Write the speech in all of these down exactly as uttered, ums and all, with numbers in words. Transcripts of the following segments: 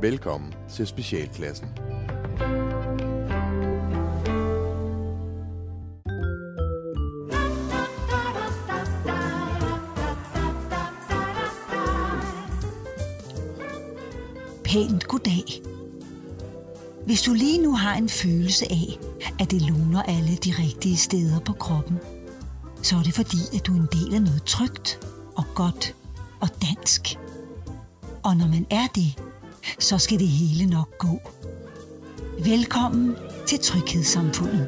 Velkommen til Specialklassen. Pænt goddag. Hvis du lige nu har en følelse af, at det luner alle de rigtige steder på kroppen, så er det fordi, at du er en del af noget trygt og godt og dansk. Og når man er det, så skal det hele nok gå. Velkommen til Tryghedssamfundet.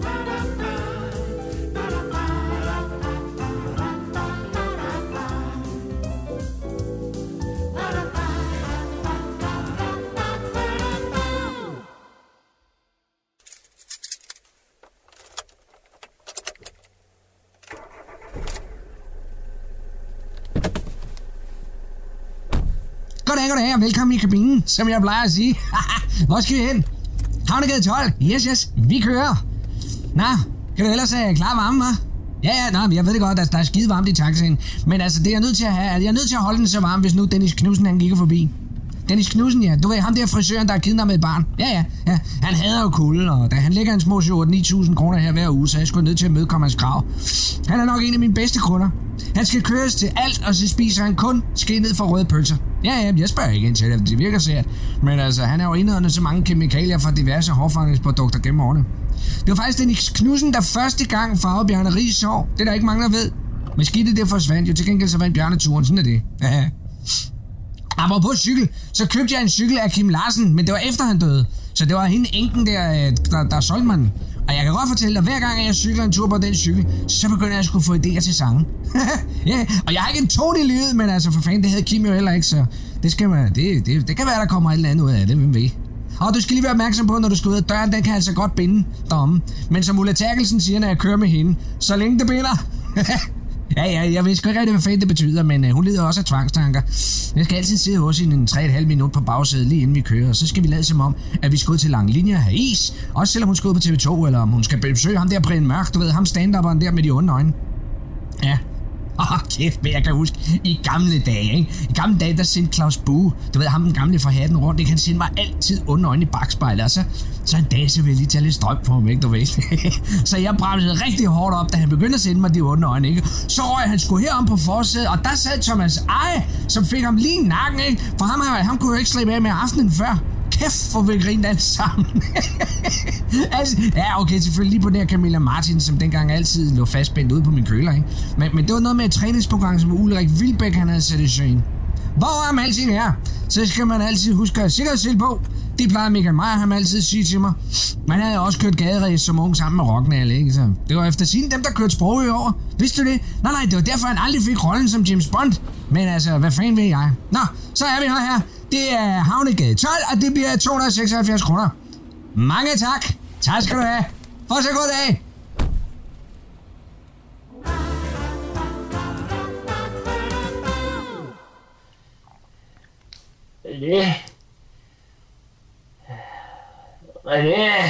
Goddag, goddag, og velkommen i kabinen, som jeg plejer at sige. Hvor skal vi hen? Havnegade tolv. Yes, yes, vi kører. Nå, kan du ellers uh, klare varme, hva'? Ja, ja, nå, jeg ved det godt, at der er skide varmt i taxaen. Men altså, det er jeg nødt til at have. Jeg er nødt til at holde den så varm, hvis nu Dennis Knudsen, han kigger forbi. Dennis Knudsen, ja. Du ved, ham der frisøren, der er kidnappet et barn. Ja, ja, ja. Han hader jo kulde, og da han lægger en små syv ni tusind kroner her hver uge, så er jeg sgu nødt til at mødekomme hans krav. Han er nok en af mine bedste kunder. Han skal køres til alt, og så spiser han kun skindet for røde pølser. Ja, ja, jeg spørger ikke ind til det, det virker sært. Men altså, han er jo indåndet så mange kemikalier fra diverse hårfarvningsprodukter gennem årene. Det var faktisk Dennis Knudsen, der første gang farvede Bjarne Riis sår. Det er der ikke mange, der ved. Men skidtet det forsvandt jo, til gengæld så vandt Bjarne-turen, sådan er det. Ja. Apropos cykel, så købte jeg en cykel af Kim Larsen, men det var efter han døde. Så det var hende enken der, der, der solgte mig den. Og jeg kan godt fortælle dig, hver gang jeg cykler en tur på den cykel, så begynder jeg at skulle få idéer til sange. Ja, og jeg har ikke en tone i livet, men altså for fanden, det havde Kim jo heller ikke, så det, skal man, det, det, det kan være, der kommer et eller andet ud af det, hvem ved. Og du skal lige være opmærksom på, når du skal ud af døren, den kan altså godt binde deromme. Men som Ulla Terkelsen siger, når jeg kører med hende, så længe det binder. Ja, ja, jeg ved sgu ikke rigtig, hvad fanden det betyder, men uh, hun lider også af tvangstanker. Jeg skal altid sidde hos hende en tre komma fem minut på bagsædet, lige inden vi kører, og så skal vi lade som om, at vi skal ud til lange linjer og have is. Også selvom hun skal ud på T V to, eller om hun skal besøge ham der Brian Mørk, du ved, ham stand-upperen der med de onde øjne. Ja. Åh, oh, kæft, men jeg kan huske, i gamle dage, ikke? I gamle dage, der sendte Claus Bue, du ved, ham den gamle fra hatten rundt, ikke? Han sendte mig altid onde øjne i bagspejlet, og så, så en dag, så ville jeg lige tage lidt strøm på ham, ikke, du ved. Så jeg bremsede rigtig hårdt op, da han begyndte at sende mig de onde øjne, ikke? Så røg han skulle herom på forsædet, og der sad Thomas Eje, som fik ham lige i nakken, ikke? For ham, ham kunne jo ikke slippe af med aftenen før. Kæft, hvor vi grinte alt sammen. Altså, ja, okay, selvfølgelig lige på den her Camilla Martin, som dengang altid lå fastspændt ude på min køler, ikke? Men, men det var noget med et træningsprogram, som Ulrik Wilbæk, han havde sat i søen. Hvor om alting er, så skal man altid huske at sikkerhedssele på. Det plejede Michael Meyer, han altid sige til mig. Man havde også kørt gaderæs som ung sammen med Rocknall, ikke? Så det var efter sin dem, der kørte Sprogø over. Vidste du det? Nej, nej, det var derfor, han aldrig fik rollen som James Bond. Men altså, hvad fanden ved jeg? Nå, så er vi her her. Det er Havnegade tolv, og det bliver to hundrede og seksoghalvfjerds kroner. Mange tak. Tak skal du have. For så god dag. René. René.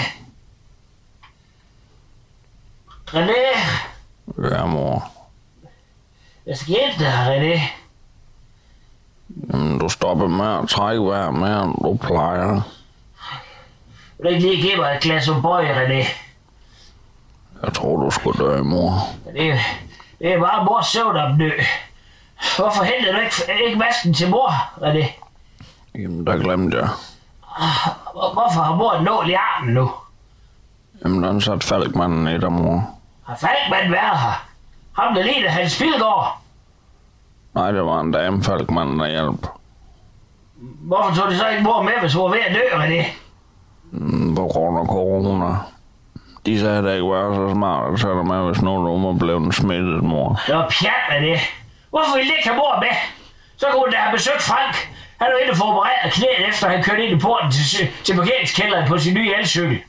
René. Ja, mor. Hvad skete der, René? Jamen, du stopper med at trække vejret mere, end du plejer. Vil du ikke lige give mig et glas O'boy, René? Jeg tror, du skulle dø, mor. Det, det er bare mors søvnopnø. Hvorfor hentede du ikke, ikke masken til mor, René? Jamen, der glemte jeg. Hvorfor har mor en nål i armen nu? Jamen, den satte Falkmanden i dig, mor. Har Falkmanden været her? Ham der lignede Hans Pilgaard? Nej, det var en dame, Falkmanden, der hjalp. Hvorfor tog de så ikke mor med, hvis hun var ved at dø, René? Mm, på grund af corona. De sagde, at det ikke var så smart at tage dig med, hvis nogen af dem blev den smittet, mor. Det var pjat med det. Hvorfor ville de ikke have mor med? Så kunne hun da have besøgt Frank. Han var inde og få opereret knæet, efter han kørte ind i porten til, til parkeringskælderen på sin nye elcykel.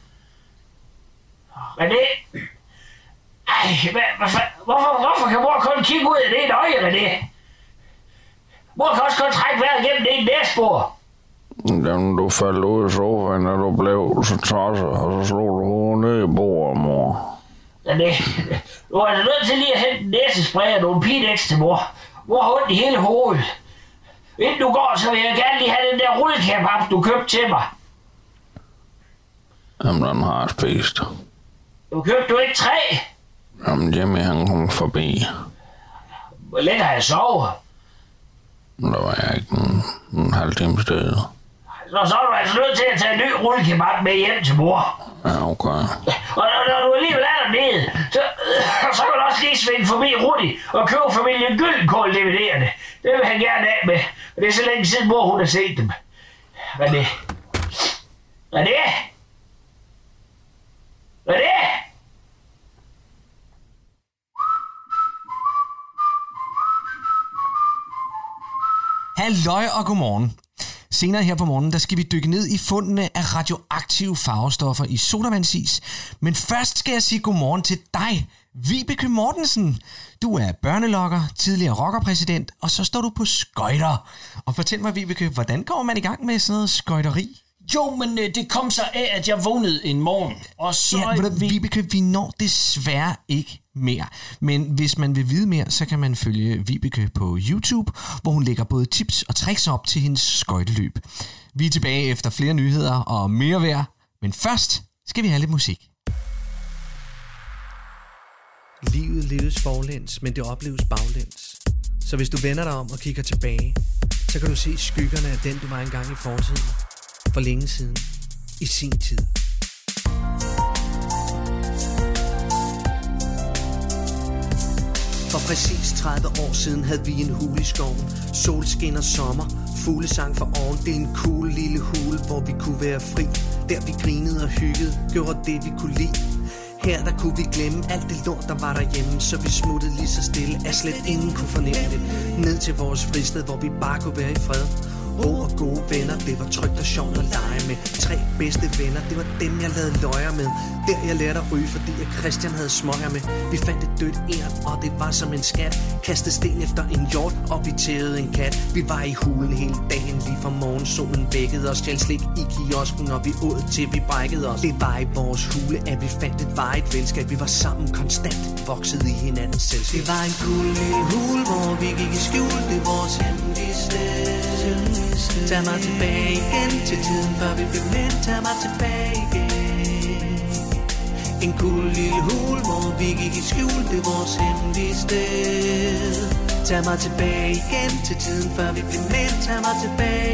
René? Ej, hvad, hvad, hvorfor, hvorfor kan mor kun kigge ud af det et øje, René? Mor kan også kun trække vejret gennem det ene næsbord. Jamen, du faldt ud i sofaen, og du blev så tosset, og så slog du hovedet ned i bordet, mor. René, du er nødt til lige at hente en næsespray og nogle Pinex til mor. Mor har ondt i hele hovedet. Inden du går, så vil jeg gerne lige have den der rullekebab, du købte til mig. Jamen, den har jeg spist. Du købte du ikke tre? Jamen, Jimmy, han kom forbi. Hvor længe har jeg sovet? Der var jeg ikke en, en halv time sted. Så, så er du altså nødt til at tage en ny rullekebab med hjem til mor. Ja, okay. Og når, når du alligevel er dernede, så, så kan du også lige svinge forbi Rudi og købe familien Gyldenkål D V D'erne. Det vil han gerne af med. Og det er så længe siden mor hun har set dem. Hvad er det? Hvad er det? Hvad er det? Halløj og godmorgen. Senere her på morgenen, der skal vi dykke ned i fundene af radioaktive farvestoffer i sodavandsis. Men først skal jeg sige godmorgen til dig, Vibeke Mortensen. Du er børnelokker, tidligere rockerpræsident, og så står du på skøjter. Og fortæl mig, Vibeke, hvordan kommer man i gang med sådan noget skøjteri? Jo, men øh, det kom så af, at jeg vågnede en morgen, og så... Ja, ved du, vi... Vibeke, vi når desværre ikke mere. Men hvis man vil vide mere, så kan man følge Vibeke på YouTube, hvor hun lægger både tips og tricks op til hendes skøjteløb. Vi er tilbage efter flere nyheder og mere vejr, men først skal vi have lidt musik. Livet leves forlæns, men det opleves baglæns. Så hvis du vender dig om og kigger tilbage, så kan du se skyggerne af den, du var engang i fortiden. For længe siden. I sin tid. For præcis tredive år siden havde vi en hule i skoven. Solskin og sommer, fuglesang for oven. Det er en cool lille hule, hvor vi kunne være fri. Der vi grinede og hyggede, gjorde det vi kunne lide. Her der kunne vi glemme alt det lort, der var derhjemme. Så vi smuttede lige så stille, at slet ingen kunne fornemme det. Ned til vores fristed, hvor vi bare kunne være i fred. Ro og gode venner, det var trygt og sjovt at lege med. Tre bedste venner, det var dem jeg lavede løjer med. Der jeg lærte at ryge, fordi jeg Christian havde smøger med. Vi fandt et dødt ært, og det var som en skat. Kastede sten efter en hjort, og vi tævede en kat. Vi var i hulen hele dagen, lige fra morgensolen vækkede os. Stjal slik i kiosken, og vi åd til vi brækkede os. Det var i vores hule, at vi fandt et varigt venskab. Vi var sammen konstant, voksede i hinandens selskab. Det var en cool lille hule, hvor vi gik i skjul. Det var vores hemmelige sted. Tag mig tilbage igen til tiden, før vi blev mænd. Tag mig tilbage igen. En cool lille hul, hvor vi gik i skjul. Det er vores hemmelige sted. Tag mig tilbage igen til tiden, før vi blev mænd. Tag mig tilbage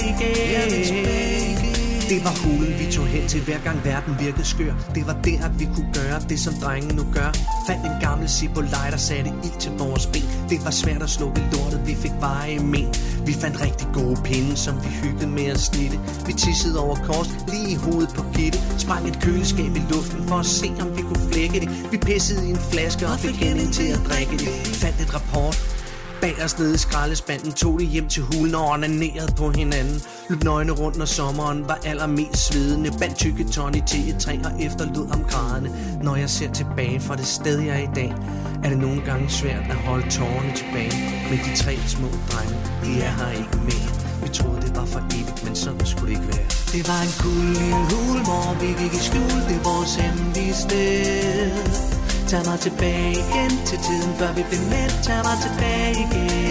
igen. Det var hulen, vi tog hen til, hver gang verden virkede skør. Det var der, at vi kunne gøre det, som drengen nu gør. Fandt en gammel Zippo lighter, satte ild til vores ben. Det var svært at slukke lortet, vi fik veje men. Vi fandt rigtig gode pinde, som vi hyggede med at snitte. Vi tissede over kors, lige i hovedet på Gitte. Sprang et køleskab i luften for at se, om vi kunne flække det. Vi pissede i en flaske og fik hende til at drikke det. Fandt et rapport bag os nede i skraldespanden, tog det hjem til hulen og onanerede på hinanden. Løb nøgne rundt, når sommeren var allermest svedende. Bandt tykke Tony til et træ og efterlod om grædende. Når jeg ser tilbage fra det sted, jeg er i dag, er det nogle gange svært at holde tårerne tilbage. Men de tre små drenge, de er her ikke mere. Vi troede, det var for evigt, men sådan skulle det ikke være. Det var en cool lille hul, hvor vi gik i skjul. Det er vores hemmelige sted. Tag mig tilbage igen til tiden, før vi blev mænd. Tag mig tilbage igen.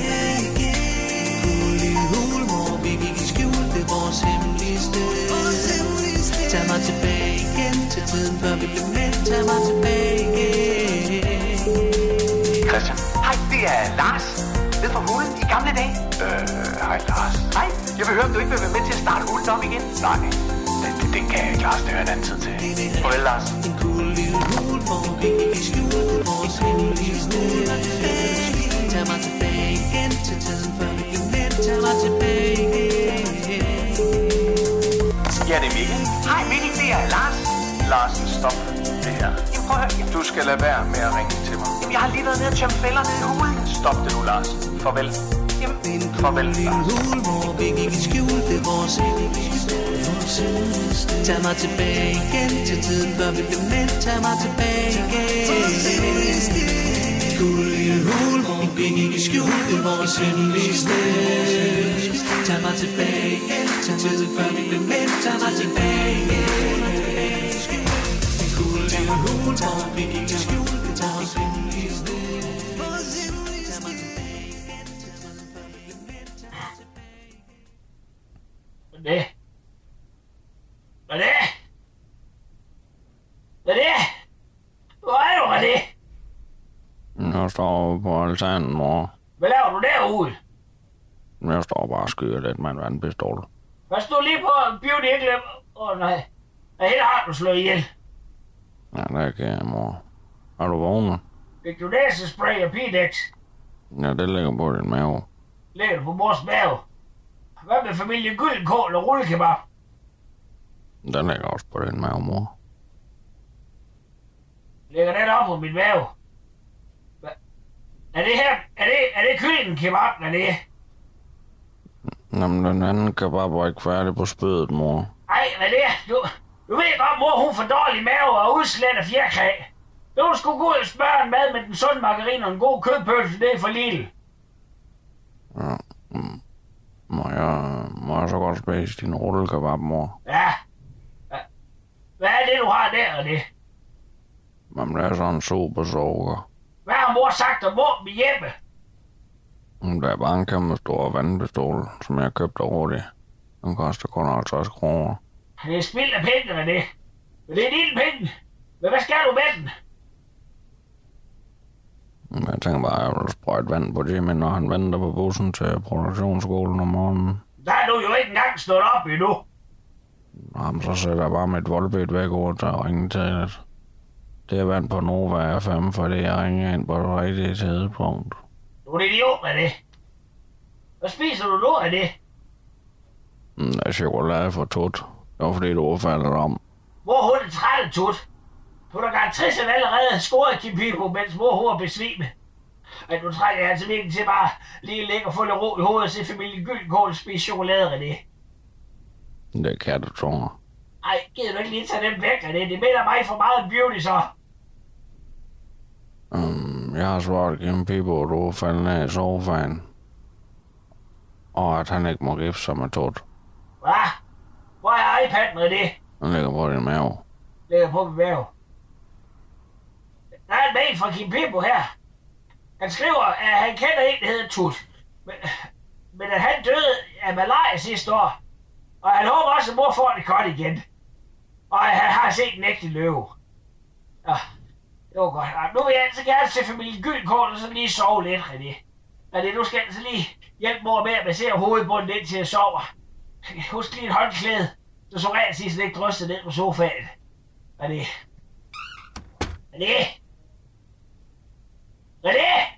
Cool lille hul, hvor vi gik i skjul. Det er vores hemmelige sted. Tag mig tilbage igen til tiden, før vi blev mænd. Tag mig tilbage igen. Christian. Hej, det er Lars. Nede fra hulen i gamle dage. Øh, hej Lars. Hej, jeg vil høre, om du ikke vil være med til at starte hulen op igen. Nej, det, det, det kan jeg ikke, Lars. Det hører en anden tid til. Farvel, Lars. En cool lille hul, hvor vi gik i skjul. Det er vores hemmelige sted. Tag mig tilbage igen til tiden, før vi blev mænd. Tag mig tilbage igen. Ja, det er Mikkel. Hej Mikkel, det er Lars. Larsen, stop det her. Jamen, prøv at høre. Du skal lade være med at ringe til mig. Jamen, jeg har lige været nede og tømme fælderne i hulen. Stop det nu, Lars. Farvel. Jamen, farvel, Lars. Hul, hvor vi gik i skjul. Det er vores hemmelige sted. Tag mig tilbage igen til tiden, før vi blev mænd. Tag mig tilbage igen. Guld lille hul, hvor vi gik i skjul. Det er vores hemmelige sted. Tag mig tilbage igen til tiden, før vi blev mænd. Tag mig tilbage igen. Guld lille hul, hvor vi gik i skjul. Det er vores hemmelige sted. Tag mig tilbage igen til tiden, før vi blev mænd. Tag mig tilbage. det? Hvad er det? Hvad er det? Hvor er du, hvad er det? Jeg står på altanen, mor. Hvad laver du derude? Jeg står bare og skyder lidt med en vandpistol. Hvad stod lige på Beauty ikke glemme? Åh oh, nej. Hvad helt har du slået ihjel? Ja, det kan jeg, mor. Er du vågnet? Fik du næsespray og Pidex? Ja, det ligger på din mave. Ligger du på mors mave? Hvad med familie Gyldenkål og rullekebab? Den ligger også på din mave, mor. Ligger den op på min mave? Hva? Er det her, er det, er det kyllingekebab, er det? Jamen, den anden kebab var ikke færdig på spødet, mor. Ej, hvad er det? Du, du ved godt, mor hun får dårlig mave og udslæt af fjerkræ. Du skulle gå ud og spørge en mad med den sunde margarine og en god kødpølse, det er for lille. Ja. Mm. Må jeg, må jeg så godt spise din rullekebab, mor? Ja. Hvad er det, du har der, er det? Jamen, det er sådan en super sukker. Hvad har mor sagt om våben hjemme? Det er bare en kæmpe stor vandpistol, som jeg købte hurtigt. Den koster kun halvtreds kroner. Det er spild af penge, er det? Men det er dine penge. Men hvad skal du med den? Jeg tænker bare, at jeg vil sprøjte vand på Jimmy, når han venter på bussen til produktionsskolen om morgenen. Der er du jo ikke engang stået op endnu. Jamen, så sætter jeg bare mit voldbed væk over til at ringe til det. Det er vand på Nova F M, fordi jeg ringer ind på det rigtige tidspunkt. Du er idiot med det. Hvad spiser du nu af det? Det er chokolade for tut. Det var fordi, du faldt om. Mor hun er træt, tut. Du har da garanteret allerede scoret Kim Pipo, mens mor hun er besvimet. Men nu trænger jeg altså virkelig til bare lige ligge og få lidt ro i hovedet og se familien Gyldenkål spise chokolade af det. Det er kattetunger. Ej, gider du ikke lige tage dem væk af det? Det minder mig for meget Beauty, så. Um, jeg har svaret Kim Pipo, at du faldt ned i sofaen. Og at han ikke må gifte sig med Tut. Hvad? Hvor er iPad'en med det? Den ligger på din mave. Ligger på min mave. Der er en mail fra Kim Pipo her. Han skriver, at han kender en, der hedder Tut. Men, men at han døde af malaria sidste år. Og han håber også, at mor får det godt igen. Og han har set en ægte løve. Ja, det var godt. Ja, nu vil jeg altså gerne se familien Gyldenkål, og så lige sove lidt, René. Men det, du skal altså lige hjælpe mor med at massere hovedbunden ind til at sove. Husk lige et håndklæde, så så rent sidst ikke drystet ned på sofaen. René. René. René.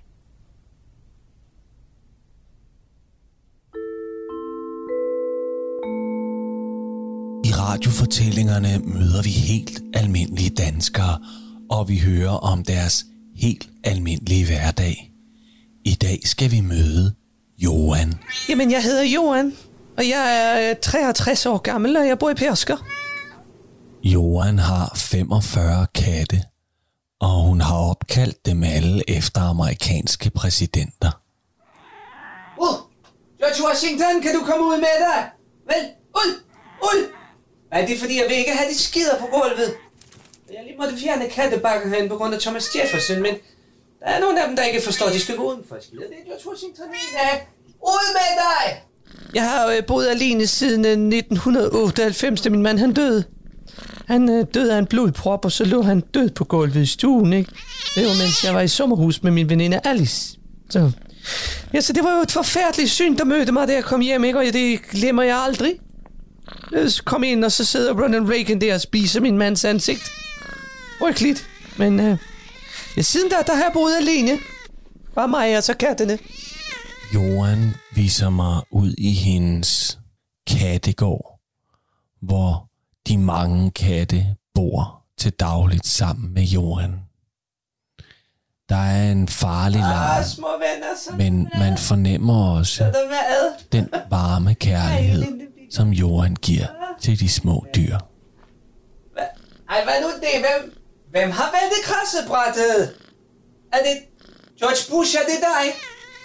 I radiofortællingerne møder vi helt almindelige danskere, og vi hører om deres helt almindelige hverdag. I dag skal vi møde Johan. Jamen, jeg hedder Johan, og jeg er treogtres år gammel, og jeg bor i Pærsker. Johan har femogfyrre katte, og hun har opkaldt dem alle efter amerikanske præsidenter. Ud! George Washington, kan du komme ud med dig? Vel, ud! Ud! Nej, det er fordi, jeg vil ikke have de skider på gulvet. Jeg lige måtte fjerne kattebakken herinde på grund af Thomas Jefferson, men der er nogle af dem, der ikke forstår, at de skal gå udenfor. Skider det er George Washington en af. Ud med dig! Jeg har øh, boet alene siden nitten otteoghalvfems, da min mand han døde. Han øh, døde af en blodprop, og så lå han død på gulvet i stuen, ikke? Det var, mens jeg var i sommerhus med min veninde Alice. Så, ja, så det var jo et forfærdeligt syn, der mødte mig, da jeg kom hjem, ikke? Og det glemmer jeg aldrig. Så kom ind, og så sidder Ronald Reagan der og spiser min mands ansigt. Ryggeligt. Men øh, ja, siden da, der har jeg boet alene. Bare mig og så kattene. Johan viser mig ud i hendes kattegård, hvor de mange katte bor til dagligt sammen med Johan. Der er en farlig larm, ah, men man fornemmer også den varme kærlighed, som Johan giver til de små dyr. Ej, hvad nu det? Hvem, hvem har væltet krassebrættet? Er det George Bush? Er det dig?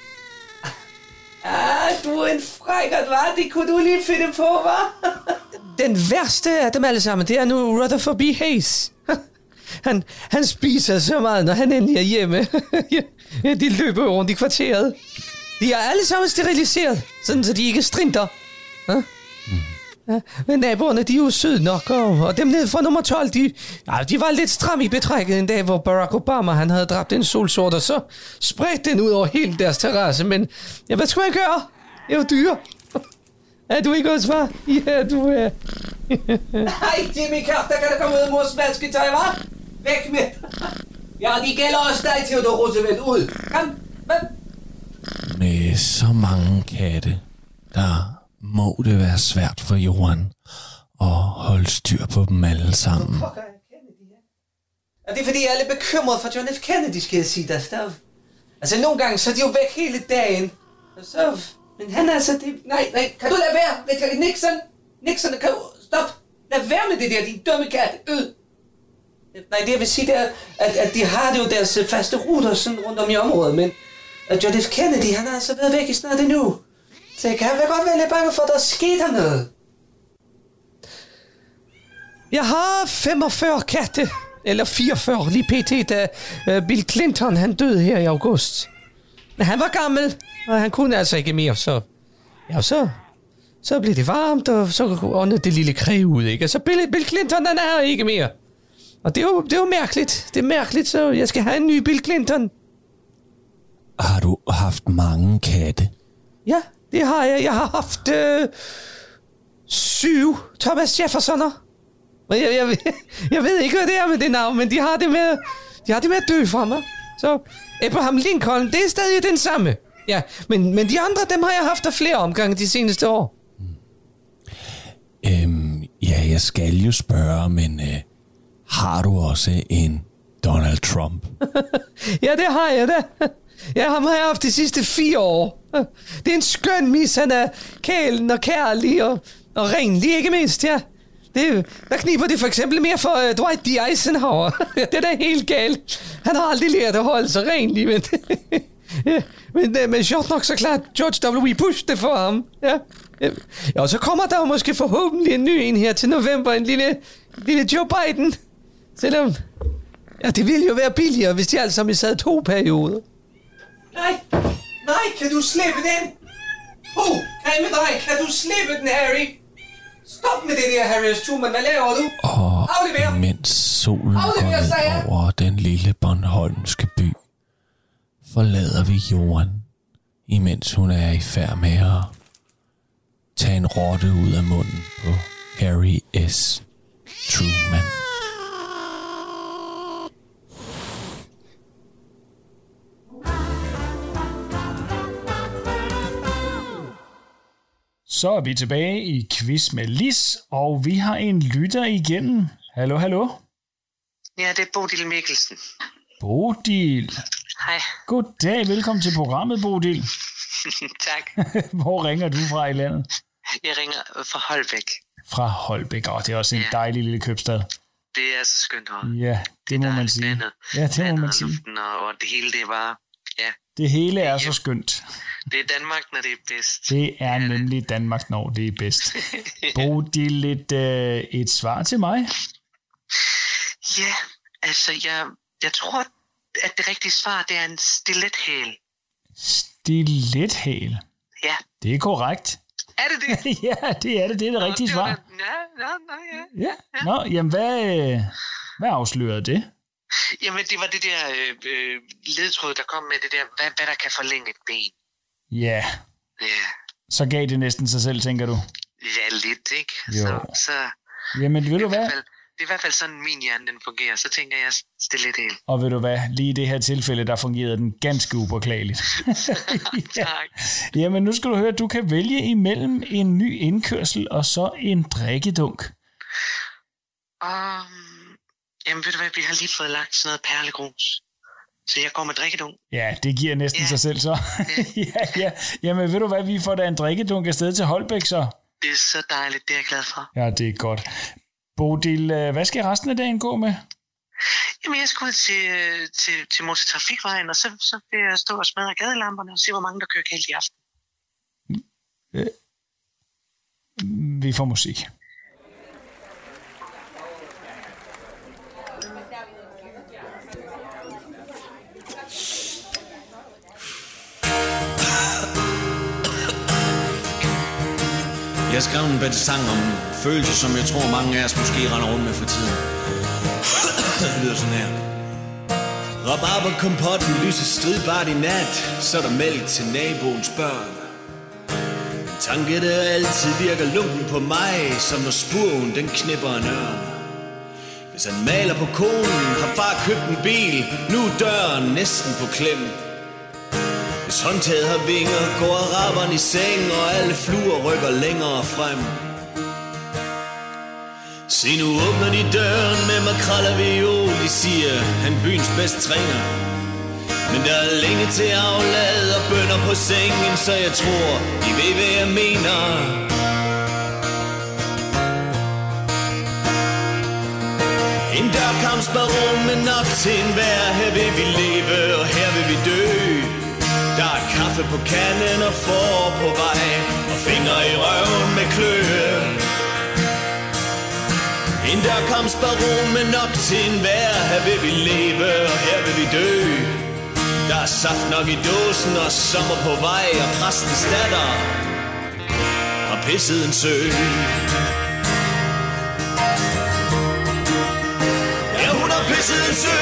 Ah, du er en frækkert, hva'? Det kunne du lige finde på, hva'? Den værste af dem alle sammen, det er nu Rutherford B. Hayes. Han, han spiser så meget, når han endelig er hjemme. Ja, de løber rundt i kvarteret. De er alle sammen steriliseret, sådan så de ikke strinter. Huh? Ja, men naboerne, de er jo søde nok, og, og dem nede fra nummer tolv, de, ja, de var lidt stramme i betrækket en dag, hvor Barack Obama, han havde dræbt en solsort, og så spredte den ud over hele deres terrasse, men ja, hvad skulle jeg gøre? Det er jo dyr. Er du ikke også, far? Ja, du er. Hej, Jimmy Carter, kan der komme ud af mors vasketøj, hva'? Væk med. Ja, de gælder også dig, Theodore Roosevelt, ud. Kom, hvad? Med så mange katte, der må det være svært for Johan at holde styr på dem alle sammen. Og det er fordi, jeg er lidt bekymret for John F. Kennedy, skal jeg sige dig. Der, altså, nogle gange, så er de jo væk hele dagen. Og så... Men han er altså... Det, nej, nej, kan du lade være? Nixon? Nixon, kan du... Stop! Lad være med det der, din dumme kat. Ud! Nej, det jeg vil sige, det er, at, at de har det jo deres faste ruter sådan rundt om i området, men at John F. Kennedy, han har altså været væk i snart endnu. Så jeg kan vel godt være lidt bange for, at der sker noget. Jeg har femogfyrre katte, eller fireogfyrre lige pt, da uh, Bill Clinton, han døde her i august. Men han var gammel, og han kunne altså ikke mere, så... Ja, så... Så blev det varmt, og så åndede det lille kræ ud, ikke? Og så Bill, Bill Clinton, han er ikke mere. Og det er, jo, det er jo mærkeligt. Det er mærkeligt, så jeg skal have en ny Bill Clinton. Har du haft mange katte? Ja, det har jeg. Jeg har haft øh, syv Thomas Jeffersoner. Jeg, jeg, jeg ved ikke, hvad det er med det navn, men de har det med, de har det med at dø fra mig. Så Abraham Lincoln, det er stadig den samme. Ja, men, men de andre, dem har jeg haft af flere omgange de seneste år. Øhm, ja, jeg skal jo spørge, men øh, har du også en Donald Trump? Ja, det har jeg da. Ja, ham har jeg haft de sidste fire år. Det er en skøn mis, han er kælen og kærlig og, og renlig, ikke mindst, ja. Det, der kniber det for eksempel mere for uh, Dwight D. Eisenhower. Det er da helt galt. Han har aldrig lært at holde sig renlig, men... ja, men, men sjovt nok så klart George W. Bush det for ham. Ja. Ja, og så kommer der jo måske forhåbentlig en ny en her til november, en lille, lille Joe Biden. Selvom, ja, det ville jo være billigere, hvis de alle sammen sad to perioder. Nej, nej, kan du slippe den? Oh, kan med dig, kan du slippe den, Harry? Stop med det der, Harry S. Truman, hvad laver du? Og Aflever. Imens solen går ned over den lille bornholmske by, forlader vi jorden, imens hun er i færd med at tage en rotte ud af munden på Harry S. Truman. Så er vi tilbage i Quiz med Lis, og vi har en lytter igennem. Hallo, hallo? Ja, det er Bodil Mikkelsen. Bodil. Hej. Goddag, velkommen til programmet, Bodil. Tak. Hvor ringer du fra i landet? Jeg ringer fra Holbæk. Fra Holbæk, og det er også en ja. dejlig lille købstad. Det er så skønt her. Ja, det, det må man sige. Vandet, ja, det må man sige. Luften, og, og det hele, det er bare... Ja. Det hele er så skønt. Det er Danmark, når det er bedst. Det er nemlig Danmark, når det er bedst. Bodil, et, øh, et svar til mig? Ja, altså, jeg, jeg tror, at det rigtige svar, det er en stilethæl. Stilethæl? Ja. Det er korrekt. Er det det? Ja, det er det. Det er det rigtige det svar. Ja, ja, ja, ja. ja. Nå, jamen, hvad, hvad afslørede det? Jamen, det var det der øh, ledtråd, der kom med det der, hvad, hvad der kan forlænge et ben. Ja. Ja. Så gav det næsten sig selv, tænker du? Ja, lidt, ikke? Jo. Så, så, jamen, ved du hvad? Fald, det er i hvert fald sådan, min hjerne den fungerer. Så tænker jeg, det er lidt helt. Og ved du hvad? Lige i det her tilfælde, der fungerede den ganske upåklageligt. ja. Tak. Jamen, nu skal du høre, at du kan vælge imellem en ny indkørsel og så en drikkedunk. Um... Jamen ved du hvad, vi har lige fået lagt sådan noget perlegrus. Så jeg går med drikkedunk. Ja, det giver næsten ja. sig selv så. ja, ja. Jamen ved du hvad, vi får da en drikkedunk afsted til Holbæk så. Det er så dejligt, det er jeg glad for. Ja, det er godt. Bodil, hvad skal resten af dagen gå med? Jamen jeg skal ud til, til, til motortrafikvejen, og så, så vil jeg stå og smadre gadelamperne og se, hvor mange der kører galt i aften. Øh. Vi får musik. Jeg skrev en bedre sang om følelser, som jeg tror mange af os måske render rundt med for tiden. Det lyder sådan her. Rabarberkompotten lyser stridbart i nat, så er der mælk til naboens børn. En tanke, der altid virker lunken på mig, som når spurven den knipper en ørn. Hvis han maler på konen, har far købt en bil, nu er døren næsten på klem. Hvis håndtaget har vinger, går araberen i seng, og alle fluer rykker længere frem. Se nu åbner de døren med makrel og viol, de siger, han byens bedste træner. Men der er længe til aflad og bønner på sengen, så jeg tror, de ved hvad jeg mener. En dørkampsbaron med nok til enhver, her vil vi leve og her vil vi dø. Der er kaffe på kanden og får på vej, og fingre i røven med kløe. En dørkampsbaron med nok til enhver, her vil vi leve og her vil vi dø. Der er saft nok i dåsen og sommer på vej, og præstens datter har pisset en sø. Ja, hun har pisset en sø.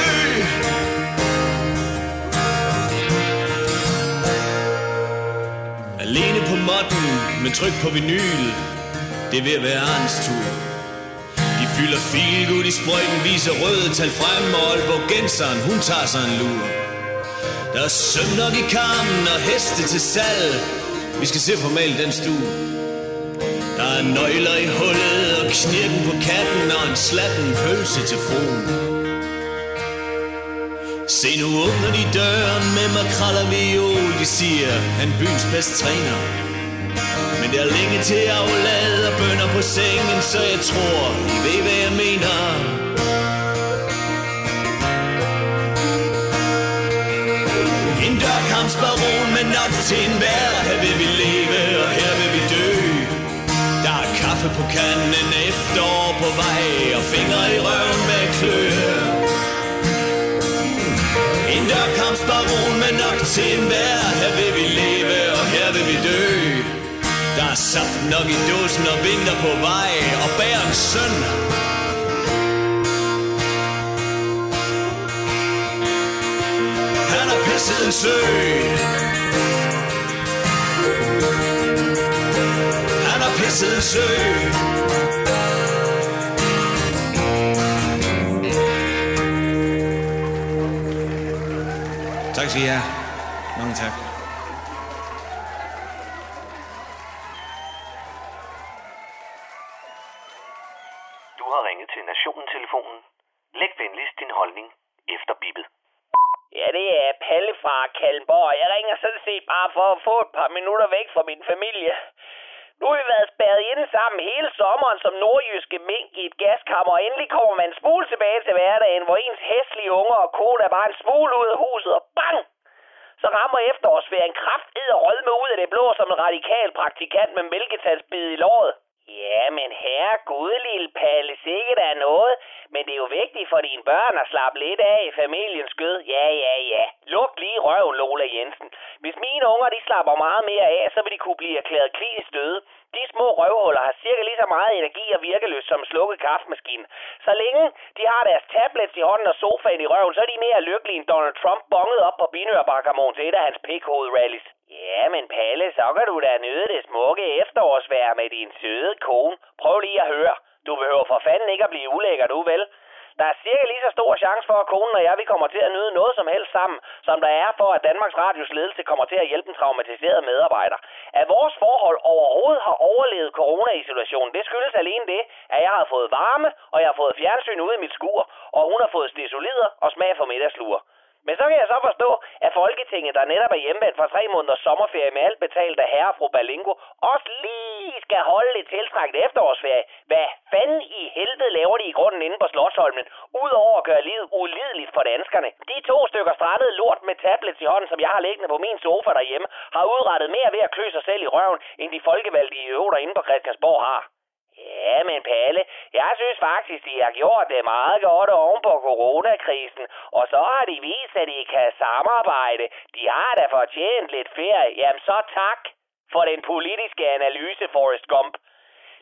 Alene på måtten med tryk på vinyl, det vil være Arns tur. De fylder feelgood i sprøjten, viser røde tal frem, og Aalborg-genseren, hun tager sig en lur. Der er søm nok i karmen og heste til salg, vi skal se på male den stue. Der er nøgler i hullet og knirken på katten, og en slatten pølse til fruen. Se nu åbner de døren med makrel og viol, de siger, han byens bedste træner. Men der er længe til aflad og bønner på sengen, så jeg tror, I ved hvad jeg mener. En dørkampsbaron med nok til enhver, her vil vi leve og her vil vi dø. Der er kaffe på kanden, en efterår på vej, og fingre i røven med kløe. En dørkampsbaron med nok til enhver, her vil vi leve og her vil vi dø. Der er saft nok i dåsen og vinter på vej, og bærens søn han har pisset en sø. Han har pisset en sø. Tak skal I have. Mange tak. Du har ringet til Nationen-telefonen. Læg venligst din holdning efter bippet. Ja, det er Palle fra Kalmborg. Jeg ringer sådan set bare for at få et par minutter væk fra min familie. Nu har vi været spærret inde sammen hele sommeren som nordjyske mink i et gaskammer, og endelig kommer man en smule tilbage til hverdagen, hvor ens hæslige unger og kone er bare en smule ud af huset, og bang! Så rammer efterårsferien kraftedder og rødme ud af det blå som en radikal praktikant med mælketandsbid i låret. Ja, men herre gud, lille Palle, sikkert er noget, men det er jo vigtigt for dine børn at slappe lidt af i familiens skød. Ja, ja, ja. Luk lige røven, Lola Jensen. Hvis mine unger, de slapper meget mere af, så vil de kunne blive erklæret klinisk døde. De små røvhuller har cirka lige så meget energi og virkeløst som en slukket kaffemaskine. Så længe de har deres tablets i hånden og sofaen i røven, så er de mere lykkelige end Donald Trump bonget op på Binørbarkamon til et af hans pikhoved-rallies. Ja, men Palle, så kan du da nyde det smukke efterårsvejr med din søde kone. Prøv lige at høre. Du behøver for fanden ikke at blive ulækker, du vel? Der er cirka lige så stor chance for, at konen og jeg vi kommer til at nyde noget som helst sammen, som der er for, at Danmarks Radios ledelse kommer til at hjælpe en traumatiseret medarbejder. At vores forhold overhovedet har overlevet corona-isolationen, det skyldes alene det, at jeg har fået varme, og jeg har fået fjernsyn ude i mit skur, og hun har fået stisolider og smag for middagslure. Men så kan jeg så forstå, at Folketinget, der netop er hjemvendt fra tre måneders sommerferie med alt betalt af herre og fru Balingo, også lige skal holde lidt tiltrængt efterårsferie. Hvad fanden i helvede laver de i grunden inde på Slotsholmen, udover at gøre livet ulideligt for danskerne? De to stykker strandede lort med tablets i hånden, som jeg har liggende på min sofa derhjemme, har udrettet mere ved at klø sig selv i røven, end de folkevalgte idioter inde på Christiansborg har. Ja, men Palle, jeg synes faktisk, de har gjort det meget godt oven på coronakrisen, og så har de vist, at de kan samarbejde. De har da fortjent lidt ferie. Jamen så tak for den politiske analyse, Forrest Gump.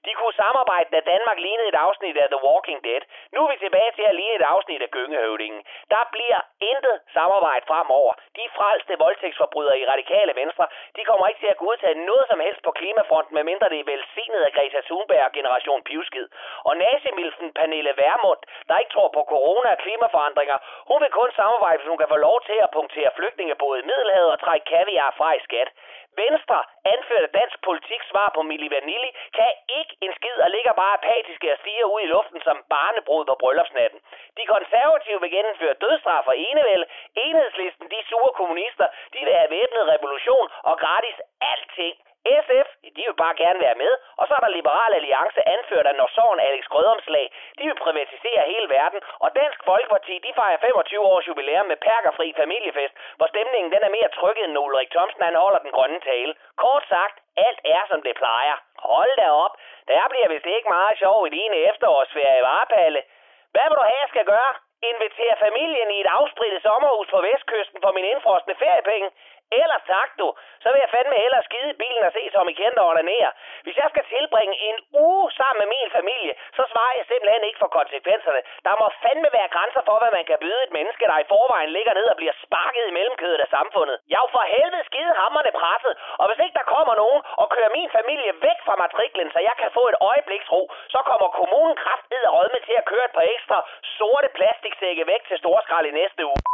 De kunne samarbejde, da Danmark lignede et afsnit af The Walking Dead. Nu er vi tilbage til at ligne et afsnit af Gyngehøvdingen. Der bliver intet samarbejde fremover. De frelste voldtægtsforbrydere i radikale venstre, de kommer ikke til at godtage noget som helst på klimafronten, medmindre det er velsignet af Greta Thunberg og Generation Pivskid. Og nazimilfen Pernille Vermund, der ikke tror på corona og klimaforandringer, hun vil kun samarbejde, hvis hun kan få lov til at punktere flygtningebåde i Middelhavet og trække kaviar fra i skat. Venstre, anført af dansk politik svar på Milli Vanilli, kan ikke en skid og ligger bare apatiske og stiger ud i luften som barnebrud på bryllupsnatten. De konservative vil gennemføre dødsstraf og enevælde. Enhedslisten, de sure kommunister, de vil have væbnet revolution og gratis alting. S F, de vil bare gerne være med, og så er der Liberal Alliance anført af Norsåren Alex Grødomslag. De vil privatisere hele verden, og Dansk Folkeparti, de fejrer femogtyve års jubilæum med perkerfri familiefest, hvor stemningen den er mere trykket, end Ulrik Thomsen han holder den grønne tale. Kort sagt, alt er som det plejer. Hold da op, der bliver vist ikke meget sjov i dine efterårsferie i Varepalle. Hvad vil du have, jeg skal gøre? Invitere familien i et afsprittet sommerhus på vestkysten for min indfrostende feriepenge? Ellers tak du, så vil jeg fandme hellere skide i bilen og se Tommy Kenter ordinere. Hvis jeg skal tilbringe en uge sammen med min familie, så svarer jeg simpelthen ikke for konsekvenserne. Der må fandme være grænser for, hvad man kan byde et menneske, der i forvejen ligger ned og bliver sparket i mellemkødet af samfundet. Jeg er jo for helvede skide hammerne presset, og hvis ikke der kommer nogen og kører min familie væk fra matriklen, så jeg kan få et øjebliks ro, så kommer kommunen kraftedderrødme til at køre et par ekstra sorte plastiksække væk til Storskrald i næste uge.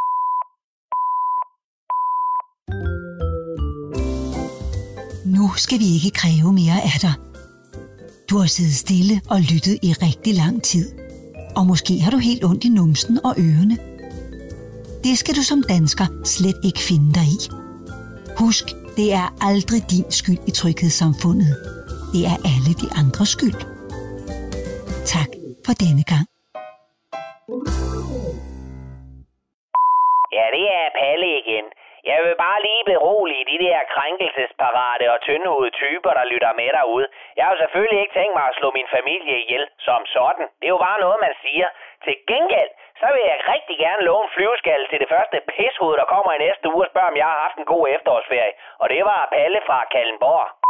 Nu skal vi ikke kræve mere af dig. Du har siddet stille og lyttet i rigtig lang tid. Og måske har du helt ondt i numsen og ørerne. Det skal du som dansker slet ikke finde dig i. Husk, det er aldrig din skyld i tryghedssamfundet. Det er alle de andres skyld. Tak for denne gang. Ja, det er Palle igen. Jeg vil bare lige berolige de der krænkelsesparate og tyndhovede typer, der lytter med derude. Jeg har jo selvfølgelig ikke tænkt mig at slå min familie ihjel som sådan. Det er jo bare noget, man siger. Til gengæld, så vil jeg rigtig gerne låne en flyveskalle til det første pishoved, der kommer i næste uge og spørger, om jeg har haft en god efterårsferie. Og det var Palle fra Kallenborg.